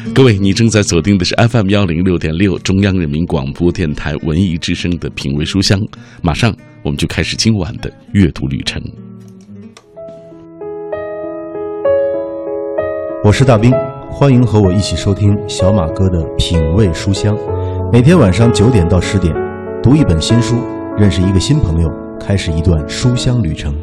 各位，你正在锁定的是 FM106.6 中央人民广播电台文艺之声的品味书香，马上我们就开始今晚的阅读旅程。 我是大兵，欢迎和我一起收听小马哥的品味书香。每天晚上9点到10点，读一本新书，认识一个新朋友，开始一段书香旅程。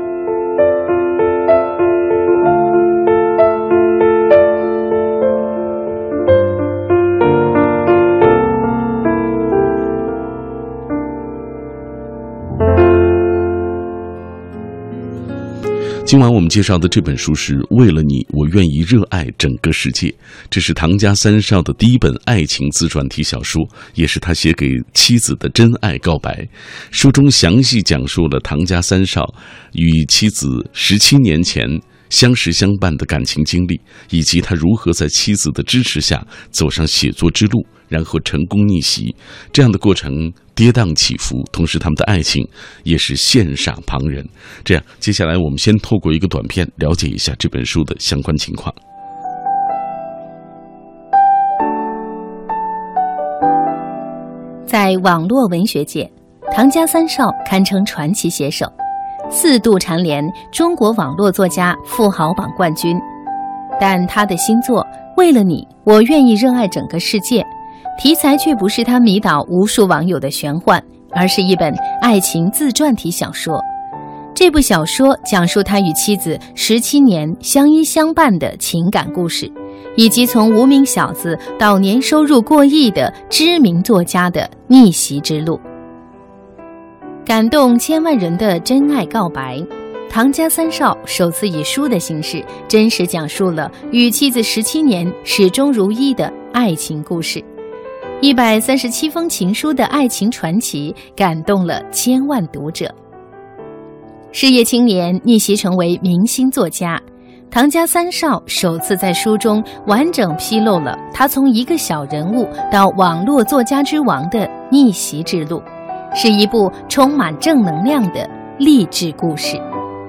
今晚我们介绍的这本书是《为了你，我愿意热爱整个世界》，这是唐家三少的第一本爱情自传体小说，也是他写给妻子的真爱告白。书中详细讲述了唐家三少与妻子17年前相识相伴的感情经历，以及他如何在妻子的支持下走上写作之路，然后成功逆袭。这样的过程跌宕起伏，同时他们的爱情也是羡煞旁人。这样，接下来我们先透过一个短片了解一下这本书的相关情况。 在网络文学界，唐家三少堪称传奇写手，4度蝉联中国网络作家富豪榜冠军。但他的新作《为了你，我愿意热爱整个世界》题材却不是他迷倒无数网友的玄幻，而是一本爱情自传体小说。这部小说讲述他与妻子17年相依相伴的情感故事，以及从无名小子到年收入过亿的知名作家的逆袭之路。感动千万人的真爱告白，唐家三少首次以书的形式真实讲述了与妻子17年始终如一的爱情故事。137封情书的爱情传奇感动了千万读者。事业青年逆袭成为明星作家，唐家三少首次在书中完整披露了他从一个小人物到网络作家之王的逆袭之路，是一部充满正能量的励志故事。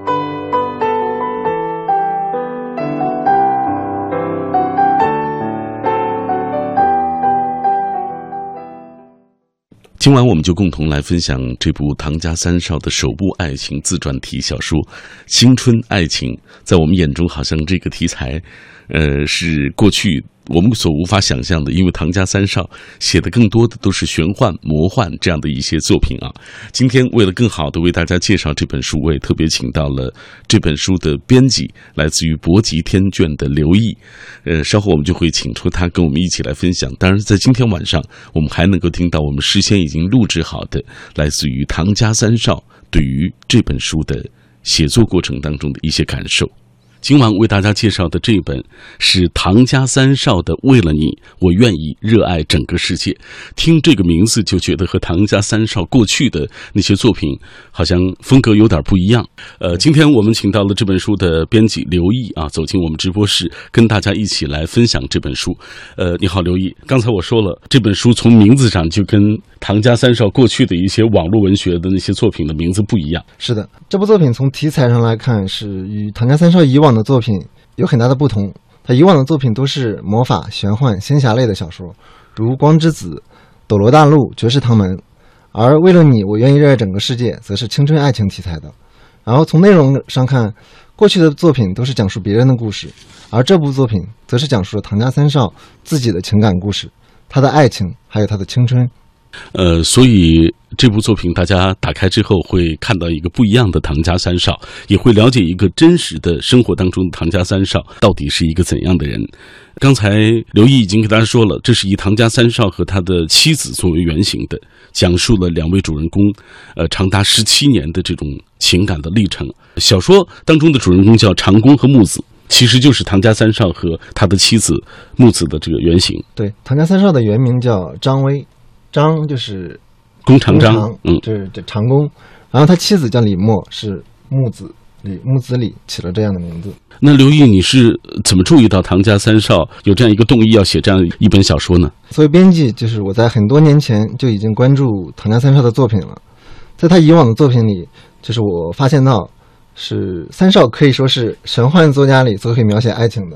今晚我们就共同来分享这部唐家三少的首部爱情自传体小说《青春爱情》。在我们眼中，好像这个题材是过去我们所无法想象的，因为唐家三少写的更多的都是玄幻、魔幻这样的一些作品啊。今天为了更好的为大家介绍这本书，我也特别请到了这本书的编辑，来自于博极天卷的刘毅。稍后我们就会请出他跟我们一起来分享。当然，在今天晚上，我们还能够听到我们事先已经录制好的，来自于唐家三少对于这本书的写作过程当中的一些感受。今晚为大家介绍的这本是唐家三少的《为了你，我愿意热爱整个世界》。听这个名字就觉得和唐家三少过去的那些作品好像风格有点不一样。今天我们请到了这本书的编辑刘毅啊，走进我们直播室，跟大家一起来分享这本书。你好，刘毅。刚才我说了，这本书从名字上就跟唐家三少过去的一些网络文学的那些作品的名字不一样。 是的，这部作品从题材上来看是与唐家三少以往的作品有很大的不同。他以往的作品都是魔法、玄幻、仙侠类的小说，如《光之子》、《斗罗大陆》、《绝世唐门》，而《为了你，我愿意热爱整个世界》则是青春爱情题材的。然后从内容上看，过去的作品都是讲述别人的故事，而这部作品则是讲述了唐家三少自己的情感故事，他的爱情还有他的青春。 所以这部作品大家打开之后会看到一个不一样的唐家三少，也会了解一个真实的生活当中的唐家三少到底是一个怎样的人。刚才刘毅已经给大家说了，这是以唐家三少和他的妻子作为原型的，讲述了两位主人公长达17年的这种情感的历程。小说当中的主人公叫长工和木子，其实就是唐家三少和他的妻子木子的这个原型。 对，唐家三少的原名叫张威，张就是弓长张， 就是长工，然后他妻子叫李默，是木子李起了这样的名字。 那刘毅，你是怎么注意到唐家三少有这样一个动意要写这样一本小说呢？ 作为编辑，就是我在很多年前就已经关注唐家三少的作品了。在他以往的作品里，就是我发现到是三少可以说是神幻作家里最会描写爱情的。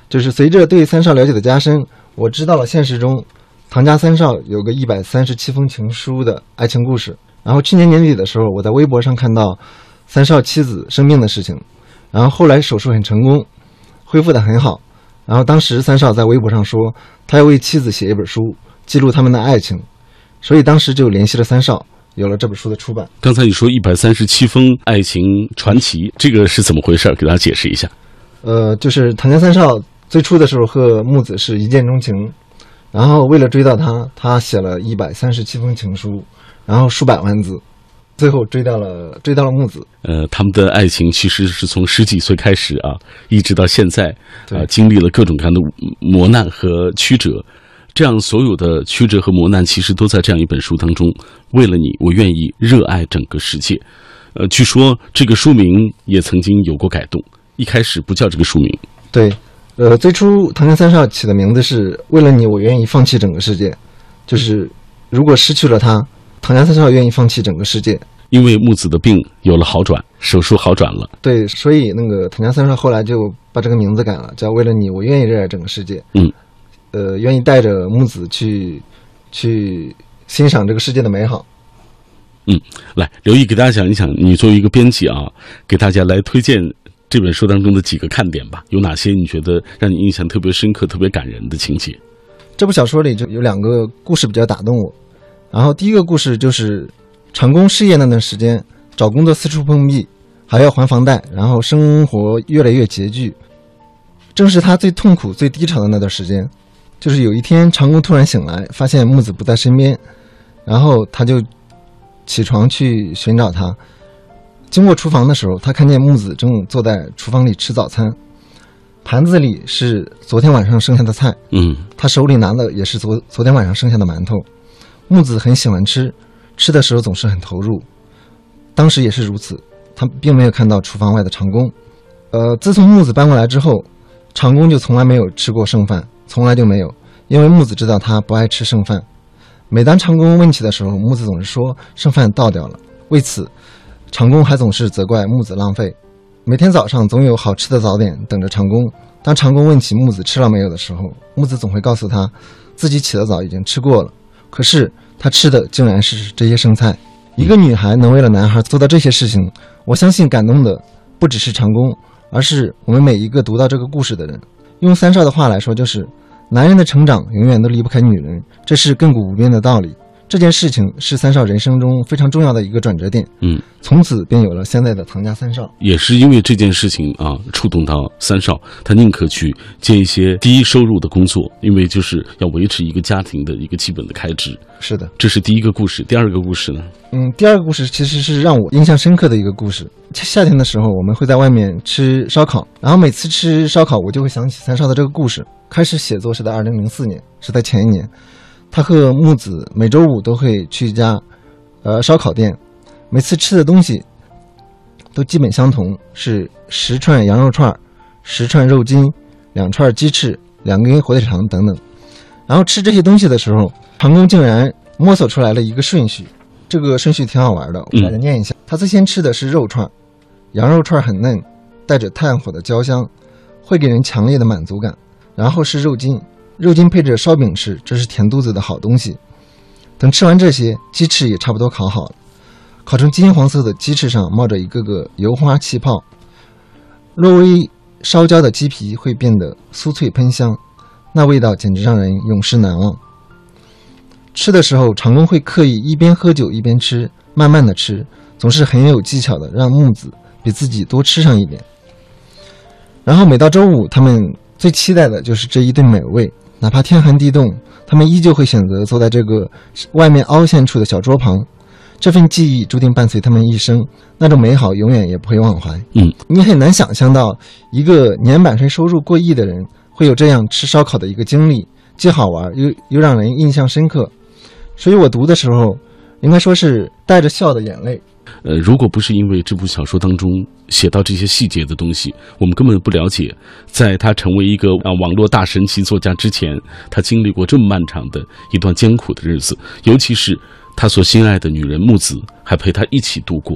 就是随着对三少了解的加深，我知道了现实中唐家三少有个137封情书的爱情故事。然后去年年底的时候，我在微博上看到三少妻子生病的事情，然后后来手术很成功，恢复得很好。然后当时三少在微博上说，他要为妻子写一本书，记录他们的爱情，所以当时就联系了三少，有了这本书的出版。 刚才你说137封爱情传奇，这个是怎么回事？给大家解释一下。 就是唐家三少最初的时候和木子是一见钟情，然后为了追到他写了137封情书，然后数百万字，最后追到了木子。 他们的爱情其实是从10几岁开始啊，一直到现在经历了各种各样的磨难和曲折。这样所有的曲折和磨难，其实都在这样一本书当中。为了你，我愿意热爱整个世界。据说这个书名也曾经有过改动，一开始不叫这个书名。 对，最初唐家三少起的名字是为了你，我愿意放弃整个世界，就是如果失去了他，唐家三少愿意放弃整个世界。 因为木子的病有了好转，手术好转了。 对，所以那个唐家三少后来就把这个名字改了，叫为了你，我愿意热爱整个世界。愿意带着木子去欣赏这个世界的美好。 来，刘毅给大家讲一讲，你作为一个编辑啊，给大家来推荐这本书当中的几个看点吧。有哪些你觉得让你印象特别深刻、特别感人的情节？ 这部小说里就有2个故事比较打动我。然后第一个故事就是长工失业那段时间，找工作四处碰壁，还要还房贷，然后生活越来越拮据。正是他最痛苦、最低潮的那段时间。就是有一天长工突然醒来，发现木子不在身边，然后他就起床去寻找他。经过厨房的时候，他看见木子正坐在厨房里吃早餐，盘子里是昨天晚上剩下的菜，他手里拿的也是昨天晚上剩下的馒头。木子很喜欢吃的时候总是很投入，当时也是如此，他并没有看到厨房外的长工。自从木子搬过来之后，长工就从来没有吃过剩饭，从来就没有，因为木子知道他不爱吃剩饭。每当长工问起的时候，木子总是说剩饭倒掉了，为此长工还总是责怪木子浪费。每天早上总有好吃的早点等着长工，当长工问起木子吃了没有的时候，木子总会告诉他自己起得早已经吃过了，可是他吃的竟然是这些剩菜。一个女孩能为了男孩做到这些事情，我相信感动的不只是长工，而是我们每一个读到这个故事的人。用三少的话来说，就是男人的成长永远都离不开女人，这是亘古不变的道理。这件事情是三少人生中非常重要的一个转折点，从此便有了现在的唐家三少。也是因为这件事情啊，触动到三少，他宁可去接一些低收入的工作，因为就是要维持一个家庭的一个基本的开支。是的，这是第一个故事。第二个故事呢？第二个故事其实是让我印象深刻的一个故事。夏天的时候，我们会在外面吃烧烤，然后每次吃烧烤，我就会想起三少的这个故事。开始写作是在2004年，是在前一年。他和木子每周五都会去一家烧烤店，每次吃的东西都基本相同，是10串羊肉串、10串肉筋、2串鸡翅、2根火腿肠等等。然后吃这些东西的时候，长工竟然摸索出来了一个顺序，这个顺序挺好玩的，我给大家念一下。他最先吃的是肉串，羊肉串很嫩，带着炭火的焦香，会给人强烈的满足感。然后是肉筋，肉筋配着烧饼吃，这是填肚子的好东西。等吃完这些，鸡翅也差不多烤好了，烤成金黄色的鸡翅上冒着一个个油花气泡，略微烧焦的鸡皮会变得酥脆喷香，那味道简直让人永世难忘。吃的时候，长工会刻意一边喝酒一边吃，慢慢的吃，总是很有技巧的让木子比自己多吃上一点。然后每到周五，他们最期待的就是这一顿美味，哪怕天寒地冻，他们依旧会选择坐在这个外面凹陷处的小桌旁。这份记忆注定伴随他们一生，那种美好永远也不会忘怀。你很难想象到一个年版税收入过亿的人会有这样吃烧烤的一个经历，既好玩又让人印象深刻。所以我读的时候应该说是带着笑的眼泪。如果不是因为这部小说当中写到这些细节的东西，我们根本不了解，在他成为一个网络大神奇作家之前，他经历过这么漫长的一段艰苦的日子，尤其是他所心爱的女人木子还陪他一起度过，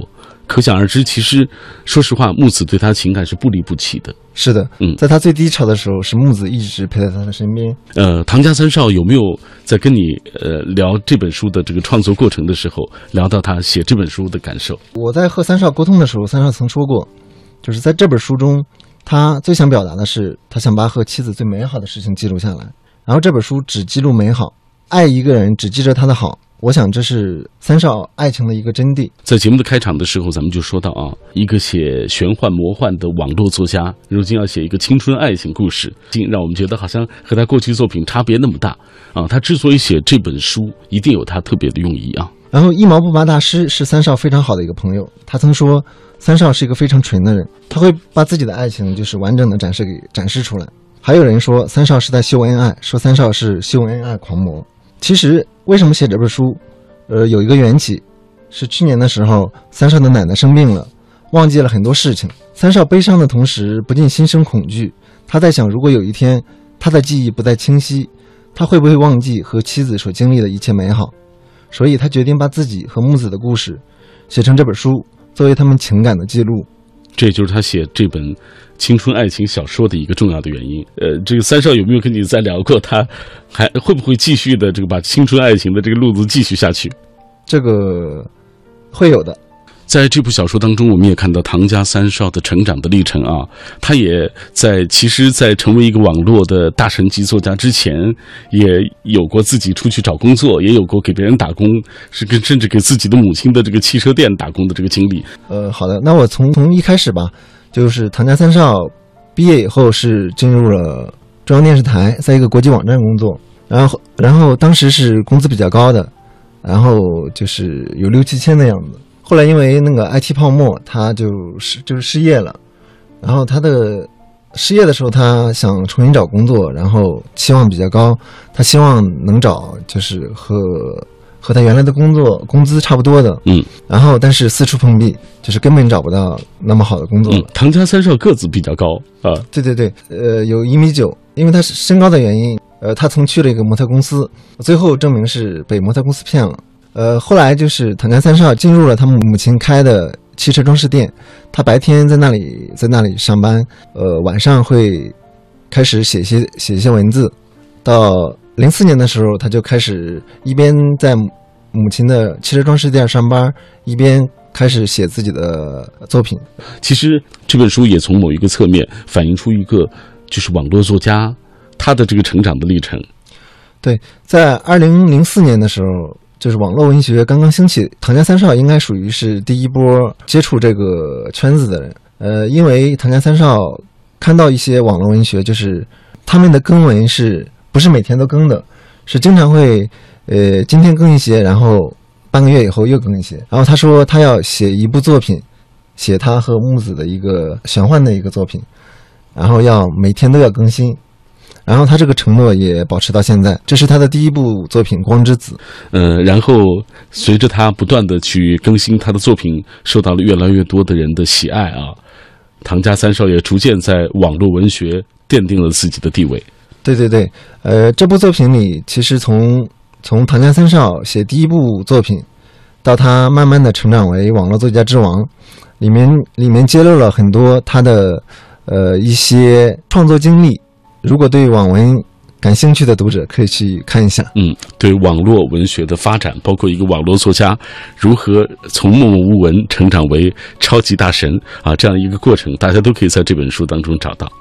可想而知，其实说实话，木子对他情感是不离不弃的。 是的，在他最低潮的时候，是木子一直陪在他的身边。 唐家三少有没有在跟你聊这本书的这个创作过程的时候，聊到他写这本书的感受？ 我在和三少沟通的时候，三少曾说过，就是在这本书中，他最想表达的是，他想把和妻子最美好的事情记录下来。然后这本书只记录美好，爱一个人只记着他的好。我想这是三少爱情的一个真谛。 在节目的开场的时候，咱们就说到啊，一个写玄幻魔幻的网络作家，如今要写一个青春爱情故事，让我们觉得好像和他过去作品差别那么大啊。他之所以写这本书，一定有他特别的用意啊。 然后一毛不拔大师是三少非常好的一个朋友，他曾说三少是一个非常纯的人，他会把自己的爱情就是完整的展示出来。还有人说三少是在秀恩爱，说三少是秀恩爱狂魔。其实为什么写这本书有一个缘起，是去年的时候三少的奶奶生病了，忘记了很多事情。三少悲伤的同时不禁心生恐惧，他在想，如果有一天他的记忆不再清晰，他会不会忘记和妻子所经历的一切美好。所以他决定把自己和木子的故事写成这本书，作为他们情感的记录。 这就是他写这本青春爱情小说的一个重要的原因。这个三少有没有跟你再聊过，他还会不会继续的这个把青春爱情的这个路子继续下去？ 这个会有的。 在这部小说当中，我们也看到唐家三少的成长的历程啊。他也其实在成为一个网络的大神级作家之前，也有过自己出去找工作，也有过给别人打工，甚至给自己的母亲的这个汽车店打工的这个经历。 好的，那我从一开始吧，就是唐家三少毕业以后是进入了中央电视台，在一个国际网站工作，然后当时是工资比较高的，然后就是有6-7千的样子。后来因为那个 IT 泡沫，他就是失业了。然后他的失业的时候，他想重新找工作，然后期望比较高，他希望能找就是和他原来的工作工资差不多的。然后但是四处碰壁，就是根本找不到那么好的工作了。 唐家三少个子比较高啊， 对，有1.9米，因为他是身高的原因，他曾去了一个模特公司，最后证明是被模特公司骗了。后来就是唐家三少进入了他母亲开的汽车装饰店，他白天在那里上班，晚上会开始写一些文字。到04年的时候，他就开始一边在母亲的汽车装饰店上班，一边开始写自己的作品。 其实这本书也从某一个侧面反映出一个就是网络作家他的这个成长的历程。 对，在2004年的时候，就是网络文学刚刚兴起，唐家三少应该属于是第一波接触这个圈子的人。因为唐家三少看到一些网络文学，就是他们的更文是不是每天都更的，是经常会今天更一些，然后半个月以后又更一些。然后他说他要写一部作品，写他和木子的一个玄幻的一个作品，然后要每天都要更新。然后他这个承诺也保持到现在，这是他的第一部作品《光之子》。 然后随着他不断的去更新他的作品，受到了越来越多的人的喜爱啊，唐家三少也逐渐在网络文学奠定了自己的地位。 对，这部作品里，其实从唐家三少写第一部作品，到他慢慢的成长为网络作家之王，里面揭露了很多他的一些创作经历。如果对网文感兴趣的读者可以去看一下。 对网络文学的发展，包括一个网络作家如何从默默无闻成长为超级大神啊，这样一个过程，大家都可以在这本书当中找到。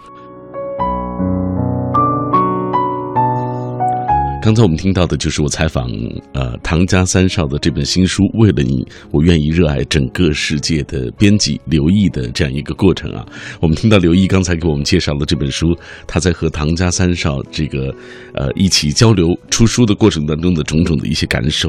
刚才我们听到的就是我采访唐家三少的这本新书《为了你，我愿意热爱整个世界》的编辑刘毅的这样一个过程啊。我们听到刘毅刚才给我们介绍了这本书，他在和唐家三少这个一起交流出书的过程当中的种种的一些感受。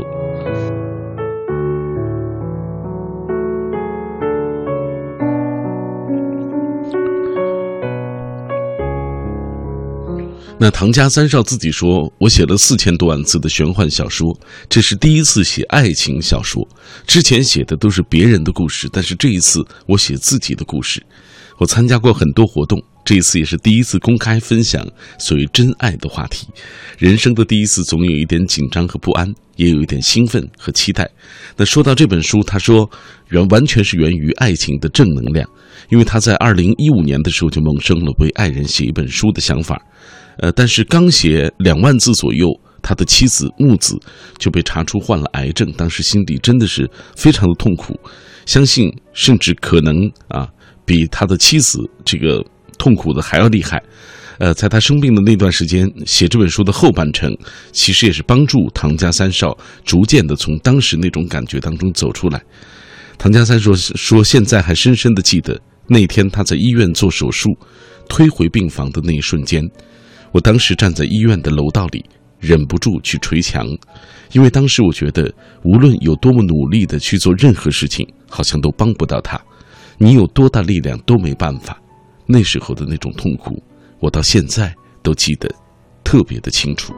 那唐家三少自己说，我写了4000多万字的玄幻小说，这是第一次写爱情小说，之前写的都是别人的故事，但是这一次我写自己的故事。我参加过很多活动， 这一次也是第一次公开分享所谓真爱的话题。人生的第一次总有一点紧张和不安，也有一点兴奋和期待。那说到这本书，他说完全是源于爱情的正能量，因为他在2015年的时候就萌生了为爱人写一本书的想法。但是刚写2万字左右，他的妻子木子就被查出患了癌症，当时心里真的是非常的痛苦，相信甚至可能比他的妻子这个痛苦的还要厉害。在他生病的那段时间，写这本书的后半程，其实也是帮助唐家三少逐渐的从当时那种感觉当中走出来。唐家三说现在还深深的记得那天他在医院做手术，推回病房的那一瞬间，我当时站在医院的楼道里，忍不住去捶墙，因为当时我觉得无论有多么努力的去做任何事情，好像都帮不到他，你有多大力量都没办法。那时候的那种痛苦，我到现在都记得特别的清楚。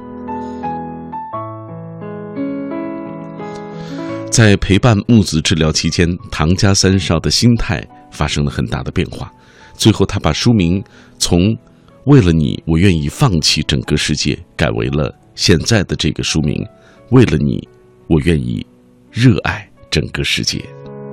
在陪伴木子治疗期间，唐家三少的心态发生了很大的变化，最后他把书名从为了你我愿意放弃整个世界改为了现在的这个书名，为了你我愿意热爱整个世界。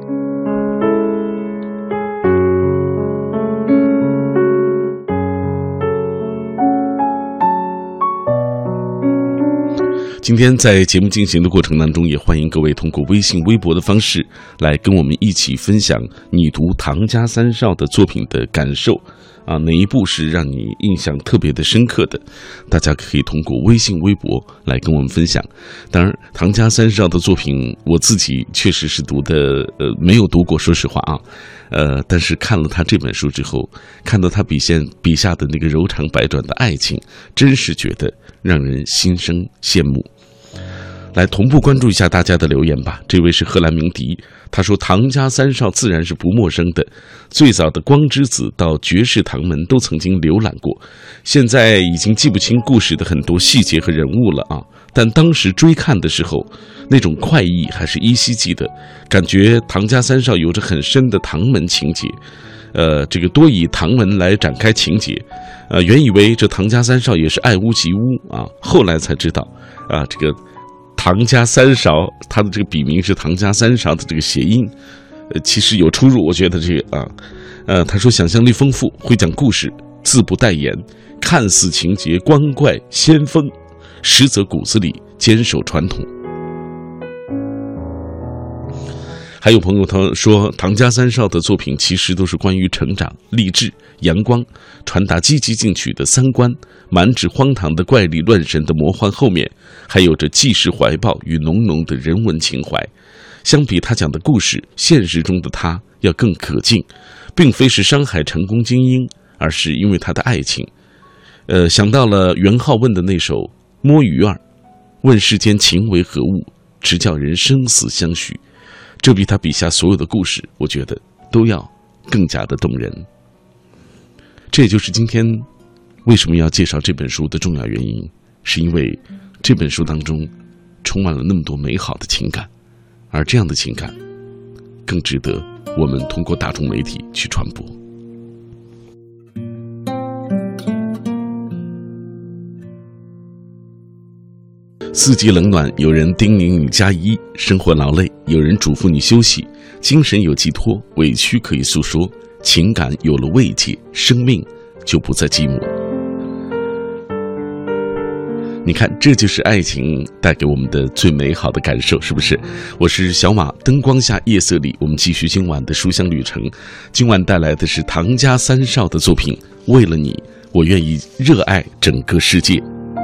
今天在节目进行的过程当中，也欢迎各位通过微信微博的方式来跟我们一起分享你读唐家三少的作品的感受哪一部是让你印象特别的深刻的，大家可以通过微信微博来跟我们分享。当然唐家三少的作品我自己确实是读的没有读过，说实话但是看了他这本书之后，看到他笔下的那个柔肠百转的爱情，真是觉得让人心生羡慕。来同步关注一下大家的留言吧。这位是荷兰鸣笛，他说唐家三少自然是不陌生的，最早的光之子到绝世唐门都曾经浏览过，现在已经记不清故事的很多细节和人物了但当时追看的时候，那种快意还是依稀记得，感觉唐家三少有着很深的唐门情节。这个多以唐门来展开情节，原以为这唐家三少也是爱屋及乌后来才知道这个唐家三少他的这个笔名是唐家三少的这个谐音，其实有出入。我觉得这个他说想象力丰富，会讲故事，字不代言，看似情节光怪先锋，实则骨子里坚守传统。还有朋友他说唐家三少的作品其实都是关于成长、励志、阳光，传达积极进取的三观，满纸荒唐的怪力乱神的魔幻后面还有着济世怀抱与浓浓的人文情怀。相比他讲的故事，现实中的他要更可敬，并非是伤害成功精英，而是因为他的爱情。想到了元好问的那首摸鱼儿，问世间情为何物，直叫人生死相许。这比他笔下所有的故事，我觉得都要更加的动人。这也就是今天为什么要介绍这本书的重要原因，是因为这本书当中充满了那么多美好的情感，而这样的情感更值得我们通过大众媒体去传播。四季冷暖，有人叮咛你加衣；生活劳累，有人嘱咐你休息。精神有寄托，委屈可以诉说，情感有了慰藉，生命就不再寂寞。你看，这就是爱情带给我们的最美好的感受，是不是？我是小马，灯光下夜色里，我们继续今晚的书香旅程。今晚带来的是唐家三少的作品《为了你，我愿意热爱整个世界》。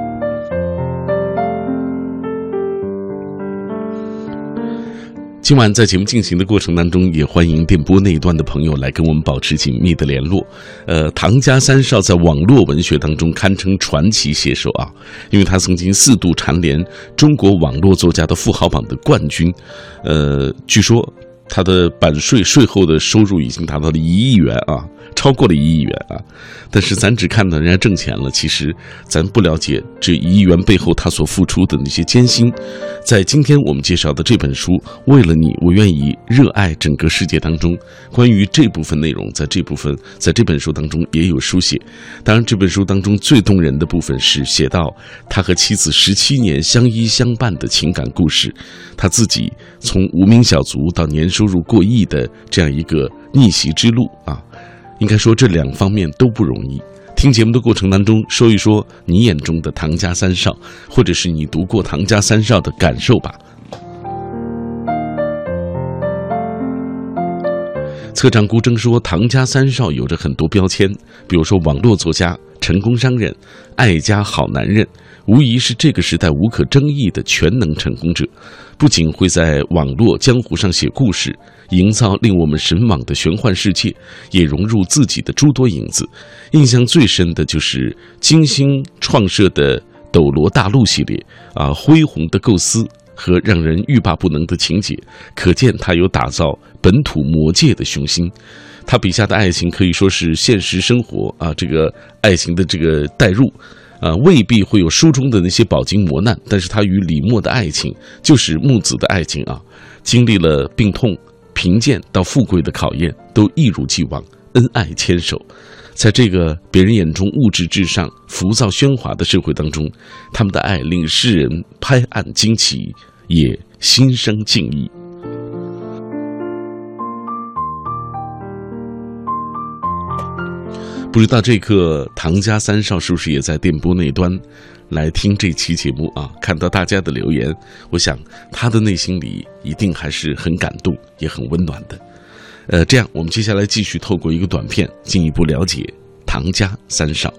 今晚在节目进行的过程当中，也欢迎电波那一端的朋友来跟我们保持紧密的联络。唐家三少在网络文学当中堪称传奇写手因为他曾经4度蝉联中国网络作家的富豪榜的冠军。据说他的版税税后的收入已经达到了1亿元啊，超过了1亿元啊。但是咱只看到人家挣钱了，其实咱不了解这1亿元背后他所付出的那些艰辛。在今天我们介绍的这本书《为了你，我愿意热爱整个世界》当中，关于这部分内容，在这本书当中也有书写。当然，这本书当中最动人的部分是写到他和妻子17年相依相伴的情感故事，他自己从无名小卒到年收入过亿的这样一个逆袭之路啊。应该说这2方面都不容易。听节目的过程当中，说一说你眼中的唐家三少，或者是你读过唐家三少的感受吧。策长顾铮说，唐家三少有着很多标签，比如说网络作家、成功商人、爱家好男人，无疑是这个时代无可争议的全能成功者。不仅会在网络江湖上写故事，营造令我们神往的玄幻世界，也融入自己的诸多影子。印象最深的就是精心创设的斗罗大陆系列啊，恢宏的构思和让人欲罢不能的情节，可见他有打造本土魔界的雄心。他笔下的爱情可以说是现实生活啊，这个爱情的这个代入未必会有书中的那些饱经磨难，但是他与李默的爱情就是木子的爱情啊，经历了病痛、贫贱到富贵的考验，都一如既往恩爱牵手。在这个别人眼中物质至上、浮躁喧哗的社会当中，他们的爱令世人拍案惊奇，也心生敬意。不知道这刻唐家三少是不是也在电波那端来听这期节目啊？看到大家的留言，我想他的内心里一定还是很感动，也很温暖的。这样我们接下来继续透过一个短片进一步了解唐家三少。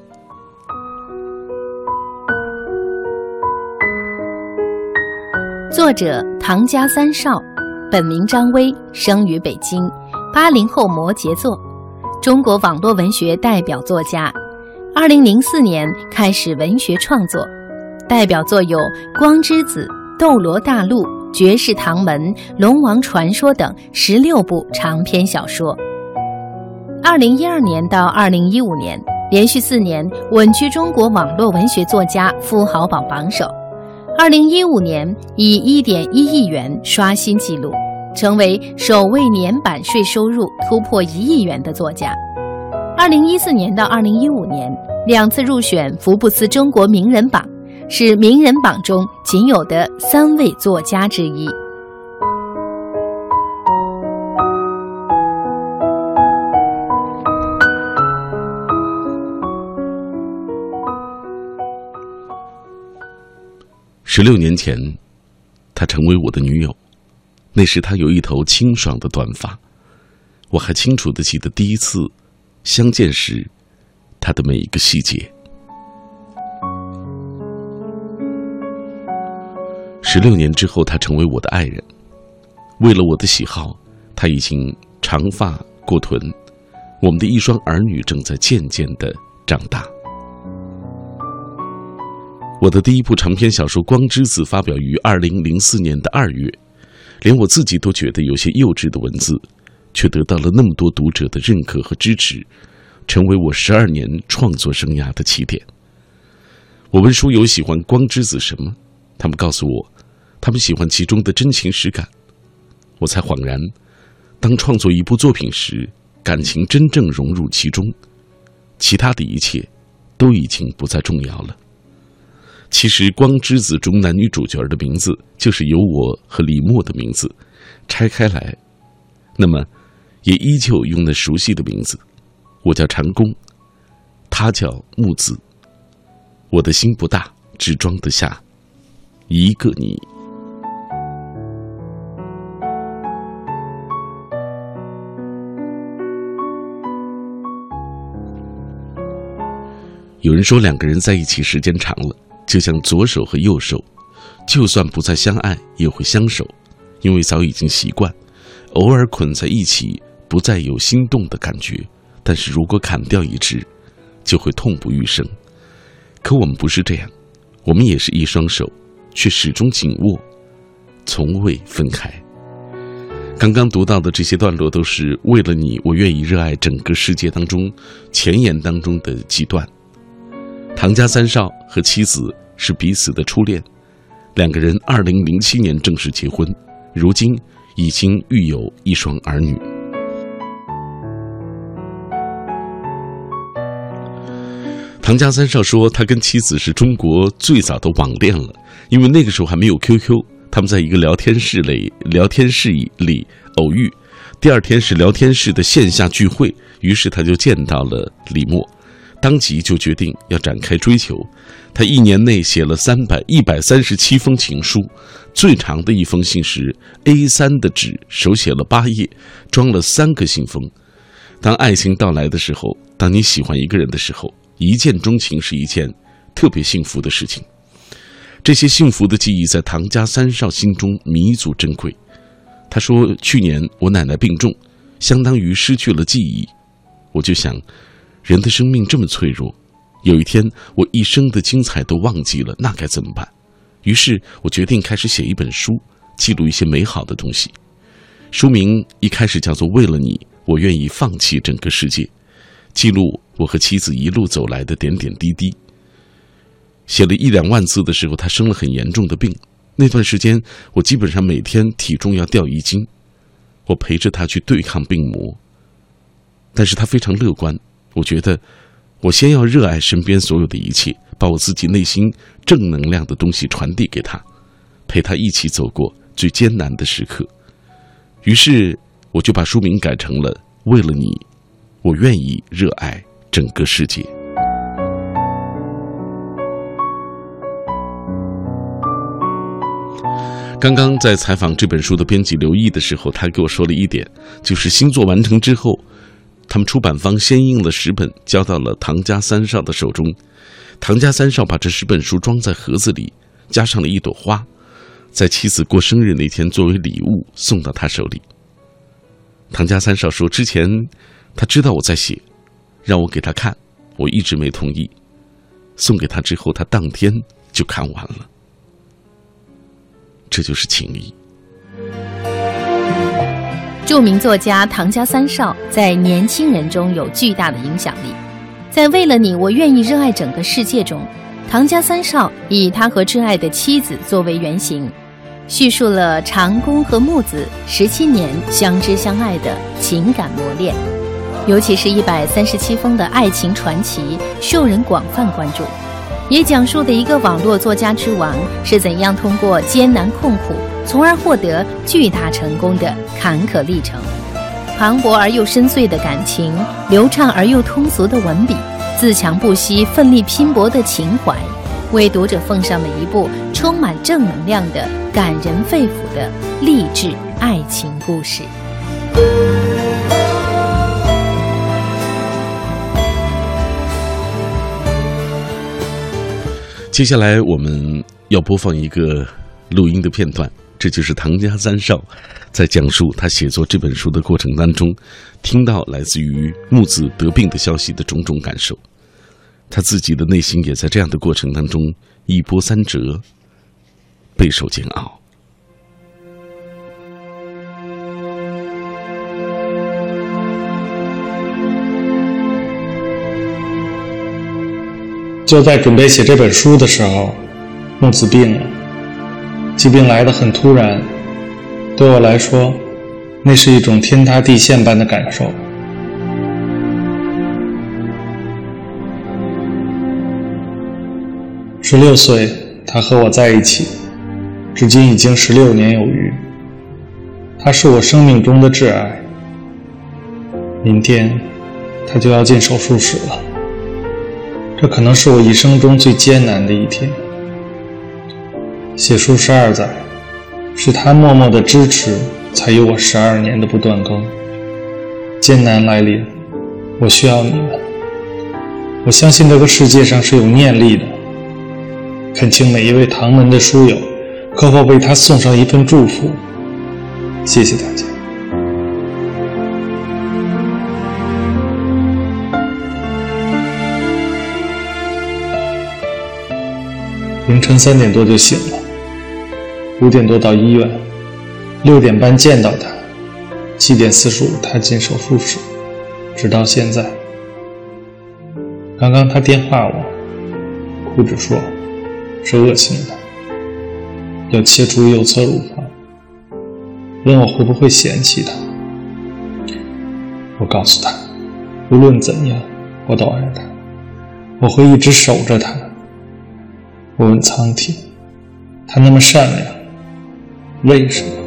作者唐家三少，本名张威，生于北京，80后摩羯座，中国网络文学代表作家。2004年开始文学创作，代表作有《光之子》《斗罗大陆》《绝世唐门》《龙王传说》等16部长篇小说。2012年到2015年，连续4年稳居中国网络文学作家富豪榜榜首。2015年以1.1亿元刷新纪录，成为首位年版税收入突破1亿元的作家。2014年到2015年2次入选福布斯中国名人榜，是名人榜中仅有的3位作家之一。 16年前，她成为我的女友。那时她有一头清爽的短发，我还清楚地记得第一次相见时她的每一个细节。16年之后，她成为我的爱人。为了我的喜好，她已经长发过臀，我们的一双儿女正在渐渐地长大。我的第一部长篇小说《光之子》发表于2004年的2月，连我自己都觉得有些幼稚的文字，却得到了那么多读者的认可和支持，成为我12年创作生涯的起点。我问书友喜欢《光之子》什么，他们告诉我，他们喜欢其中的真情实感。我才恍然，当创作一部作品时，感情真正融入其中，其他的一切都已经不再重要了。其实《光之子》中男女主角的名字就是由我和李默的名字拆开来，那么也依旧用那熟悉的名字。我叫长工，他叫木子。我的心不大，只装得下一个你。有人说，2个人在一起时间长了，就像左手和右手，就算不再相爱也会相守，因为早已经习惯，偶尔捆在一起不再有心动的感觉，但是如果砍掉一只，就会痛不欲生。可我们不是这样，我们也是一双手，却始终紧握，从未分开。 刚刚读到的这些段落都是为了你，我愿意热爱整个世界当中前言当中的几段。唐家三少和妻子是彼此的初恋，两个人2007年正式结婚，如今已经育有一双儿女。唐家三少说，他跟妻子是中国最早的网恋了，因为那个时候还没有 QQ， 他们在一个聊天室里偶遇，第二天是聊天室的线下聚会，于是他就见到了李默，当即就决定要展开追求。他1年内写了137封情书，最长的一封信是 A3 的纸，手写了8页，装了3个信封。当爱情到来的时候，当你喜欢一个人的时候，一见钟情是一件特别幸福的事情。这些幸福的记忆在唐家三少心中弥足珍贵。他说，去年我奶奶病重，相当于失去了记忆。我就想，人的生命这么脆弱，有一天我一生的精彩都忘记了，那该怎么办？于是我决定开始写一本书，记录一些美好的东西。书名一开始叫做《为了你，我愿意放弃整个世界》，记录我和妻子一路走来的点点滴滴。写了1-2万字的时候，他生了很严重的病，那段时间我基本上每天体重要掉1斤，我陪着他去对抗病魔。但是他非常乐观，我觉得我先要热爱身边所有的一切，把我自己内心正能量的东西传递给他，陪他一起走过最艰难的时刻。于是我就把书名改成了《为了你，我愿意热爱整个世界》。刚刚在采访这本书的编辑刘毅的时候，他给我说了一点，就是新作完成之后，他们出版方先印了10本，交到了唐家三少的手中。唐家三少把这10本书装在盒子里，加上了一朵花，在妻子过生日那天作为礼物送到他手里。唐家三少说，之前他知道我在写，让我给他看，我一直没同意。送给他之后，他当天就看完了。这就是情谊。 著名作家唐家三少在年轻人中有巨大的影响力。在《为了你，我愿意热爱整个世界》中，唐家三少以他和挚爱的妻子作为原型，叙述了长工和木子17年相知相爱的情感磨练。尤其是137封的爱情传奇受人广泛关注，也讲述的一个网络作家之王是怎样通过艰难困苦从而获得巨大成功的坎坷历程。磅礴而又深邃的感情，流畅而又通俗的文笔，自强不息奋力拼搏的情怀，为读者奉上了一部充满正能量的感人肺腑的励志爱情故事。 接下来我们要播放一个录音的片段，这就是唐家三少在讲述他写作这本书的过程当中，听到来自于木子得病的消息的种种感受。他自己的内心也在这样的过程当中一波三折，备受煎熬。 就在准备写这本书的时候，木子病了。疾病来得很突然，对我来说，那是一种天塌地陷般的感受。16岁，他和我在一起，至今已经16年有余。他是我生命中的挚爱。明天，他就要进手术室了。这可能是我一生中最艰难的一天。写书12载，是他默默的支持，才有我12年的不断更。艰难来临，我需要你们。我相信这个世界上是有念力的。恳请每一位唐门的书友，可否为他送上一份祝福？谢谢大家。凌晨3点多就醒了，5点多到医院，6点半见到他， 7点45他进手术室，直到现在。刚刚他电话我，哭着说是恶性的，要切除右侧乳房，问我会不会嫌弃他。我告诉他，无论怎样我都爱他，我会一直守着他。我问苍天，他那么善良，为什么？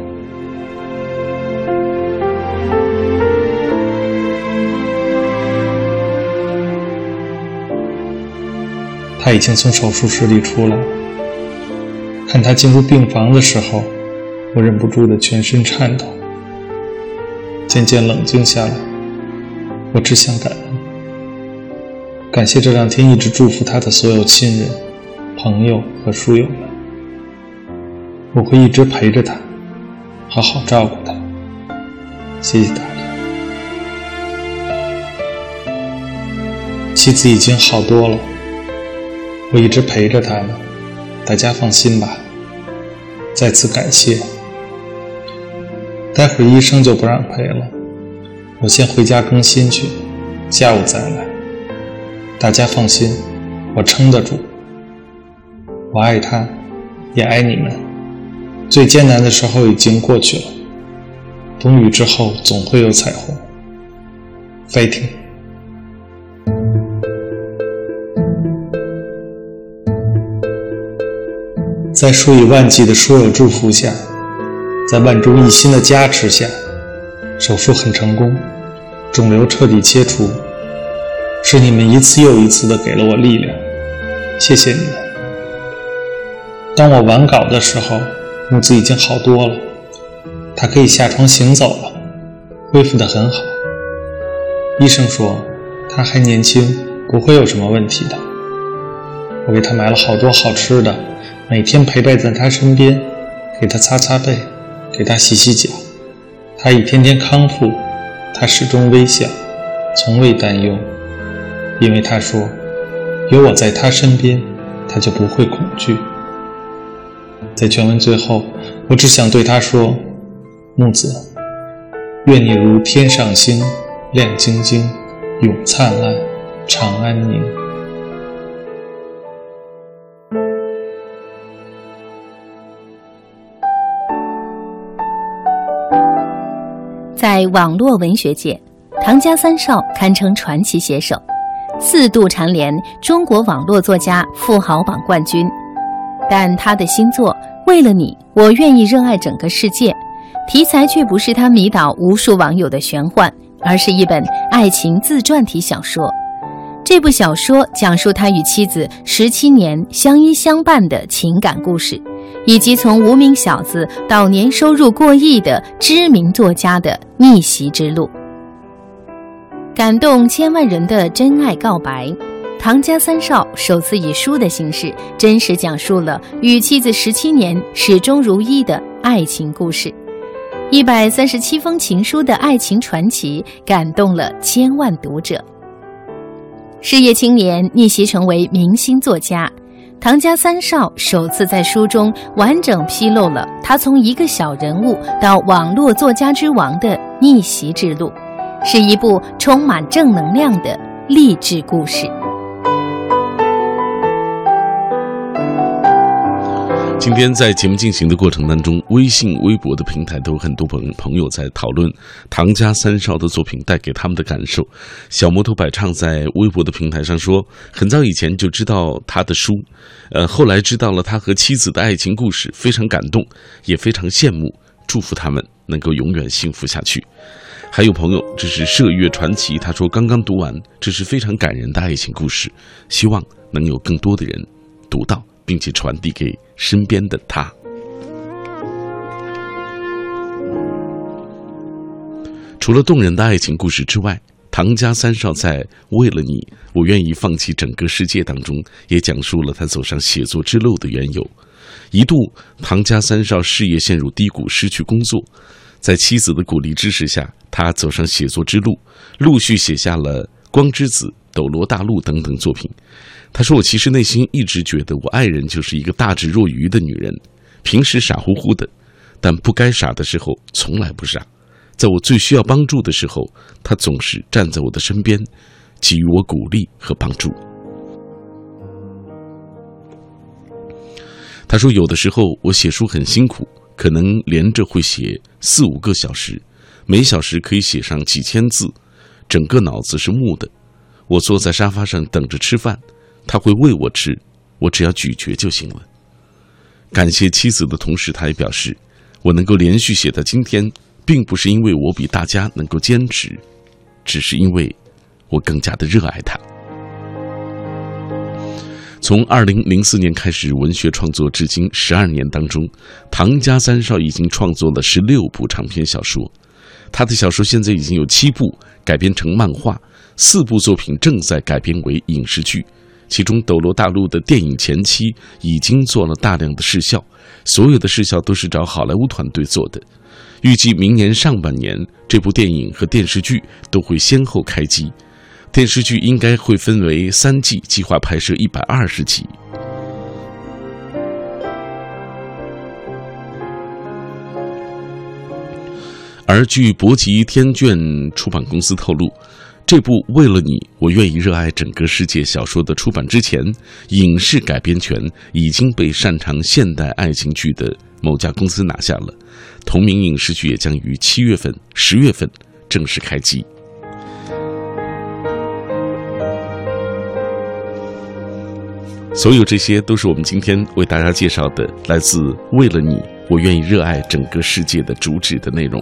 他已经从手术室里出来了，看他进入病房的时候，我忍不住的全身颤抖。渐渐冷静下来，我只想感恩，感谢这2天一直祝福他的所有亲人、朋友和书友们。我会一直陪着他，好好照顾他。谢谢大家。妻子已经好多了，我一直陪着他呢，大家放心吧。再次感谢。待会儿医生就不让陪了，我先回家更新去，下午再来。大家放心，我撑得住。我爱他，也爱你们。最艰难的时候已经过去了，风雨之后总会有彩虹。Fighting。在数以万计的书友祝福下，在万众一心的加持下，手术很成功，肿瘤彻底切除。是你们一次又一次的给了我力量，谢谢你们。当我完稿的时候，木子已经好多了，他可以下床行走了，恢复得很好。医生说他还年轻，不会有什么问题的。我给他买了好多好吃的，每天陪伴在他身边，给他擦擦背，给他洗洗脚。他一天天康复，他始终微笑，从未担忧，因为他说有我在他身边，他就不会恐惧。在全文最后，我只想对他说，木子，愿你如天上星，亮晶晶，永灿烂，长安宁。 在网络文学界，唐家三少堪称传奇写手，4度蝉联中国网络作家富豪榜冠军。但他的新作《为了你，我愿意热爱整个世界》，题材却不是他迷倒无数网友的玄幻，而是一本爱情自传体小说。这部小说讲述他与妻子17年相依相伴的情感故事，以及从无名小子到年收入过亿的知名作家的逆袭之路。感动千万人的真爱告白，唐家三少首次以书的形式真实讲述了与妻子17年始终如一的爱情故事。137封情书的爱情传奇感动了千万读者。事业青年逆袭成为明星作家，唐家三少首次在书中完整披露了他从一个小人物到网络作家之王的逆袭之路，是一部充满正能量的励志故事。 今天在节目进行的过程当中，微信、微博的平台都有很多朋友在讨论唐家三少的作品带给他们的感受。小摩托摆唱在微博的平台上说，很早以前就知道他的书，后来知道了他和妻子的爱情故事，非常感动，也非常羡慕，祝福他们能够永远幸福下去。还有朋友，这是射月传奇，他说刚刚读完，这是非常感人的爱情故事，希望能有更多的人读到并且传递给身边的他。除了动人的爱情故事之外，唐家三少在《为了你，我愿意放弃整个世界》当中，也讲述了他走上写作之路的缘由。一度，唐家三少事业陷入低谷，失去工作，在妻子的鼓励支持下，他走上写作之路，陆续写下了《光之子》《斗罗大陆》等等作品。他说，我其实内心一直觉得我爱人就是一个大智若愚的女人，平时傻乎乎的，但不该傻的时候从来不傻。 在我最需要帮助的时候，他总是站在我的身边，给予我鼓励和帮助。他说，有的时候我写书很辛苦，可能连着会写4-5个小时，每小时可以写上几千字，整个脑子是木的。我坐在沙发上等着吃饭，他会喂我吃，我只要咀嚼就行了。感谢妻子的同时，他也表示，我能够连续写到今天，并不是因为我比大家能够坚持，只是因为我更加的热爱它。从2004年开始文学创作至今12年当中，唐家三少已经创作了16部长篇小说，他的小说现在已经有7部改编成漫画，4部作品正在改编为影视剧，其中斗罗大陆的电影前期已经做了大量的视效，所有的视效都是找好莱坞团队做的。预计明年上半年，这部电影和电视剧都会先后开机。电视剧应该会分为3季，计划拍摄120集。而据博吉天卷出版公司透露，这部《为了你，我愿意热爱整个世界》小说的出版之前，影视改编权已经被擅长现代爱情剧的某家公司拿下了。同名影视剧也将于7月份、10月份正式开机。所有这些都是我们今天为大家介绍的来自《为了你，我愿意热爱整个世界》的主旨的内容。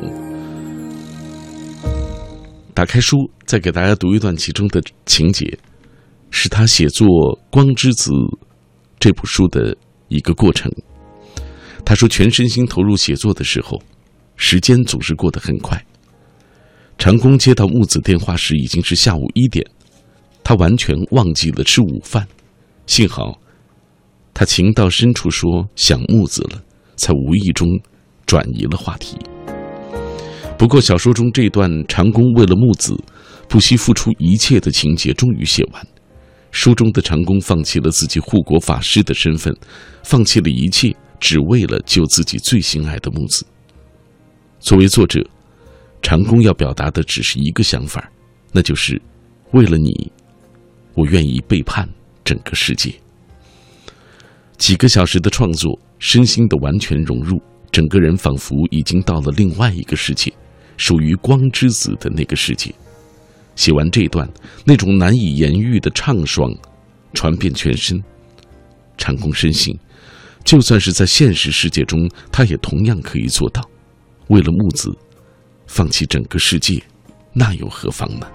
打开书，再给大家读一段其中的情节，是他写作《光之子》这部书的一个过程。他说，全身心投入写作的时候，时间总是过得很快。长工接到木子电话时已经是下午1点，他完全忘记了吃午饭。幸好他情到深处说想木子了，才无意中转移了话题。不过小说中这段长工为了木子不惜付出一切的情节终于写完。书中的长工放弃了自己护国法师的身份，放弃了一切，只为了救自己最心爱的木子。作为作者，长工要表达的只是一个想法，那就是为了你，我愿意背叛整个世界。几个小时的创作，身心的完全融入，整个人仿佛已经到了另外一个世界，属于光之子的那个世界。写完这段，那种难以言喻的畅爽传遍全身。长工深信，就算是在现实世界中，他也同样可以做到。为了木子，放弃整个世界，那又何妨呢？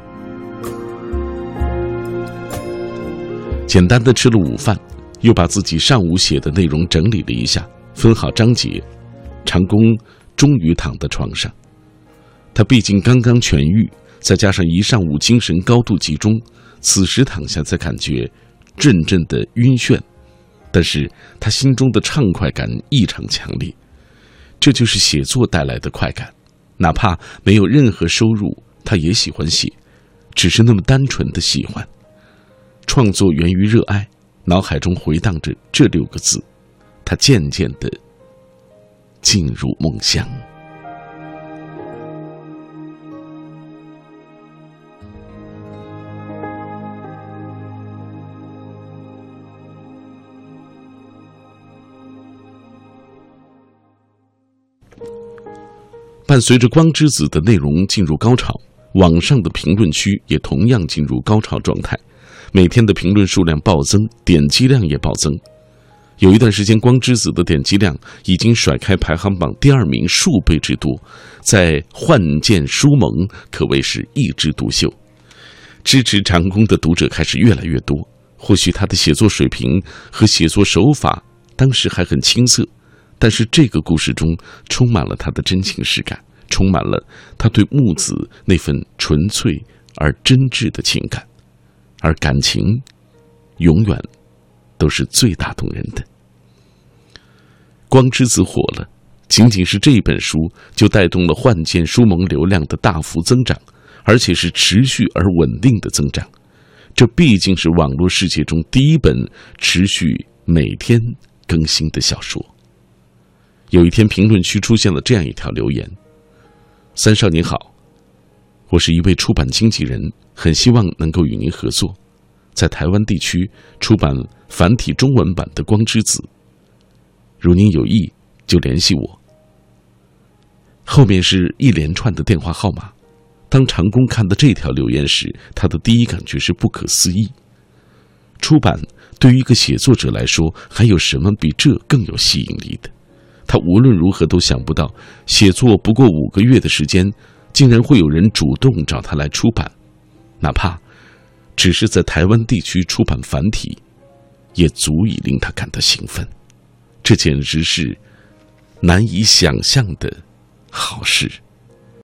简单的吃了午饭，又把自己上午写的内容整理了一下，分好章节。长工终于躺在床上，他毕竟刚刚痊愈，再加上一上午精神高度集中，此时躺下才感觉阵阵的晕眩，但是他心中的畅快感异常强烈。这就是写作带来的快感，哪怕没有任何收入，他也喜欢写，只是那么单纯的喜欢。创作源于热爱，脑海中回荡着这6个字，他渐渐地进入梦乡。伴随着光之子的内容进入高潮，网上的评论区也同样进入高潮状态，每天的评论数量暴增，点击量也暴增。有一段时间，光之子的点击量已经甩开排行榜第2名数倍之多，在幻剑书盟可谓是一枝独秀。支持长工的读者开始越来越多，或许他的写作水平和写作手法当时还很青涩，但是这个故事中充满了他的真情实感，充满了他对木子那份纯粹而真挚的情感，而感情永远都是最打动人的。光之子火了，仅仅是这一本书就带动了幻剑书盟流量的大幅增长，而且是持续而稳定的增长。这毕竟是网络世界中第一本持续每天更新的小说。有一天评论区出现了这样一条留言： 三少您好，我是一位出版经纪人，很希望能够与您合作，在台湾地区出版繁体中文版的《光之子》。如您有意，就联系我。后面是一连串的电话号码。当长工看到这条留言时，他的第一感觉是不可思议。出版对于一个写作者来说，还有什么比这更有吸引力的？他无论如何都想不到，写作不过5个月的时间，竟然会有人主动找他来出版，哪怕只是在台湾地区出版繁体，也足以令他感到兴奋。这简直是难以想象的好事。